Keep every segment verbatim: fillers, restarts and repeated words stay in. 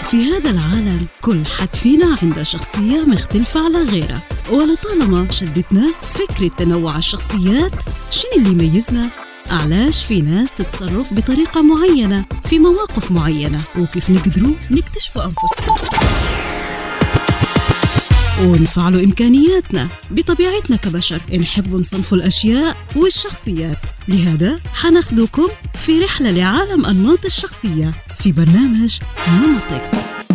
في هذا العالم كل حد فينا عنده شخصية مختلفة على غيره، ولطالما شدتنا فكرة تنوع الشخصيات، شنو اللي يميزنا؟ علاش في ناس تتصرف بطريقة معينة في مواقف معينة، وكيف نقدروا نكتشفوا أنفسنا ونفعلوا إمكانياتنا. بطبيعتنا كبشر نحب نصنف الأشياء والشخصيات، لهذا حناخدكم في رحلة لعالم أنماط الشخصية في برنامج نمطك،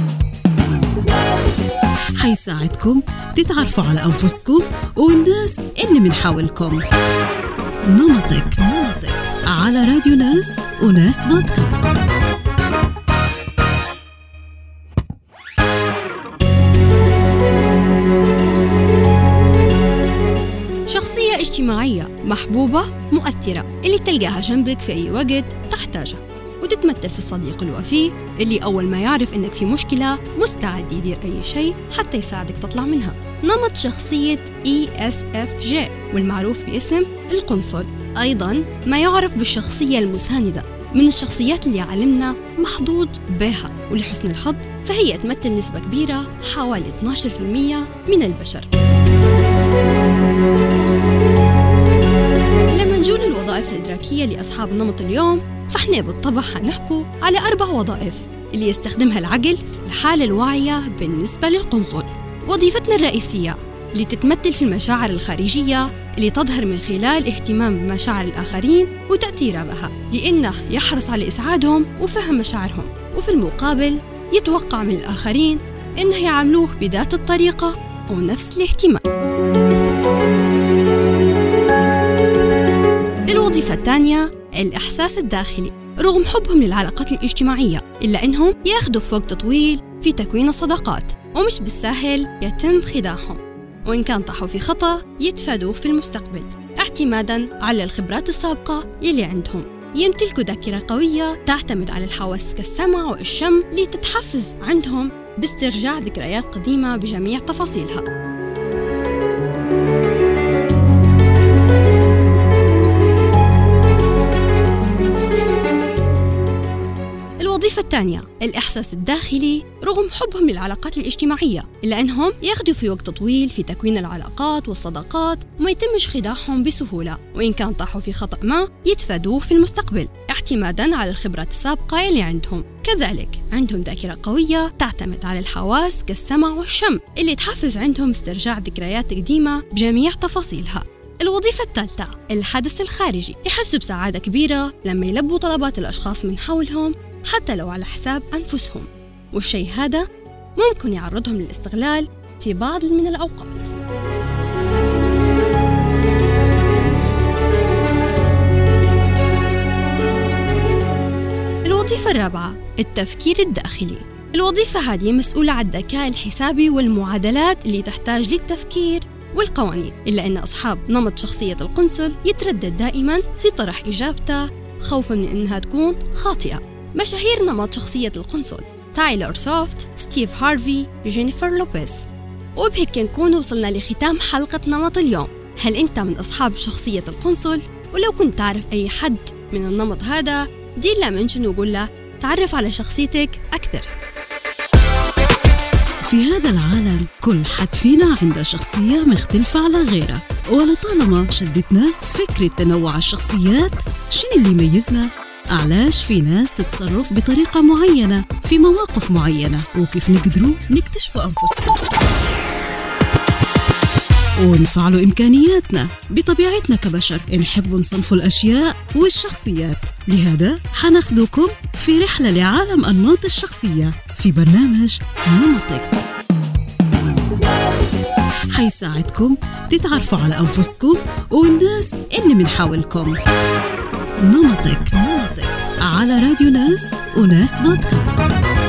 حيساعدكم تتعرفوا على أنفسكم والناس اللي من حولكم. نمطك نمطك على راديو ناس وناس بودكاست. شخصية اجتماعية محبوبة مؤثرة اللي تلقاها جنبك في أي وقت تحتاجها، وتتمثل في الصديق الوفي اللي أول ما يعرف إنك في مشكلة مستعد يدير أي شيء حتى يساعدك تطلع منها. نمط شخصية إي إس إف جي والمعروف باسم القنصل، أيضاً ما يعرف بالشخصية المساندة، من الشخصيات اللي علمنا محظوظ بها، ولحسن الحظ فهي تمثل نسبة كبيرة حوالي اثنا عشر بالمئة من البشر. لما نجول الوظائف الإدراكية لأصحاب النمط اليوم، فإحنا بالطبع حنحكوا على أربع وظائف اللي يستخدمها العقل في الحالة الواعية بالنسبة للقنصل. وظيفتنا الرئيسية اللي تتمثل في المشاعر الخارجية اللي تظهر من خلال اهتمام بمشاعر الآخرين وتأثيرها بها، لأنه يحرص على إسعادهم وفهم مشاعرهم، وفي المقابل يتوقع من الآخرين إنه يعاملوه بذات الطريقة ونفس الاهتمام. الوظيفة الثانية الإحساس الداخلي. رغم حبهم للعلاقات الاجتماعية، إلا إنهم يأخذوا في وقت طويل في تكوين الصداقات، ومش بالساهل يتم خداعهم، وإن كان طاحوا في خطأ يتفادوه في المستقبل اعتماداً على الخبرات السابقة يلي عندهم. يمتلكوا ذاكرة قوية تعتمد على الحواس كالسمع والشم اللي تتحفز عندهم باسترجاع ذكريات قديمة بجميع تفاصيلها. الوظيفة الثانية الإحساس الداخلي. رغم حبهم للعلاقات الاجتماعية، إلا أنهم يأخذوا في وقت طويل في تكوين العلاقات والصداقات، وما يتمش خداعهم بسهولة، وإن كان طاحوا في خطأ ما يتفادوه في المستقبل اعتماداً على الخبرات السابقة اللي عندهم. كذلك عندهم ذاكرة قوية تعتمد على الحواس كالسمع والشم اللي تحفز عندهم استرجاع ذكريات قديمة بجميع تفاصيلها. الوظيفة الثالثة الحدث الخارجي. يحسوا بسعادة كبيرة لما يلبوا طلبات الأشخاص من حولهم حتى لو على حساب أنفسهم، والشيء هذا ممكن يعرضهم للاستغلال في بعض من الأوقات. الوظيفة الرابعة التفكير الداخلي. الوظيفة هذه مسؤولة عن الذكاء الحسابي والمعادلات اللي تحتاج للتفكير والقوانين، إلا أن أصحاب نمط شخصية القنصل يتردد دائما في طرح إجابته خوفا من أنها تكون خاطئة. مشاهير نمط شخصية القنصل تايلر سوفت، ستيف هارفي، جينيفر لوبيز. وبهيك نكون وصلنا لختام حلقة نمط اليوم. هل أنت من أصحاب شخصية القنصل؟ ولو كنت تعرف أي حد من النمط هذا، دير له منشن وقول له تعرف على شخصيتك أكثر. في هذا العالم كل حد فينا عنده شخصية مختلفة على غيره، ولطالما شدتنا فكرة تنوع الشخصيات، شنو اللي يميزنا؟ علاش في ناس تتصرف بطريقة معينة في مواقف معينة، وكيف نقدروا نكتشفوا أنفسنا ونفعلوا إمكانياتنا. بطبيعتنا كبشر نحب نصنف الأشياء والشخصيات، لهذا حناخدكم في رحلة لعالم أنماط الشخصية في برنامج نمطك، حيساعدكم تتعرفوا على أنفسكم والناس اللي من حولكم. نمطك نمطك على راديو ناس وناس بودكاست.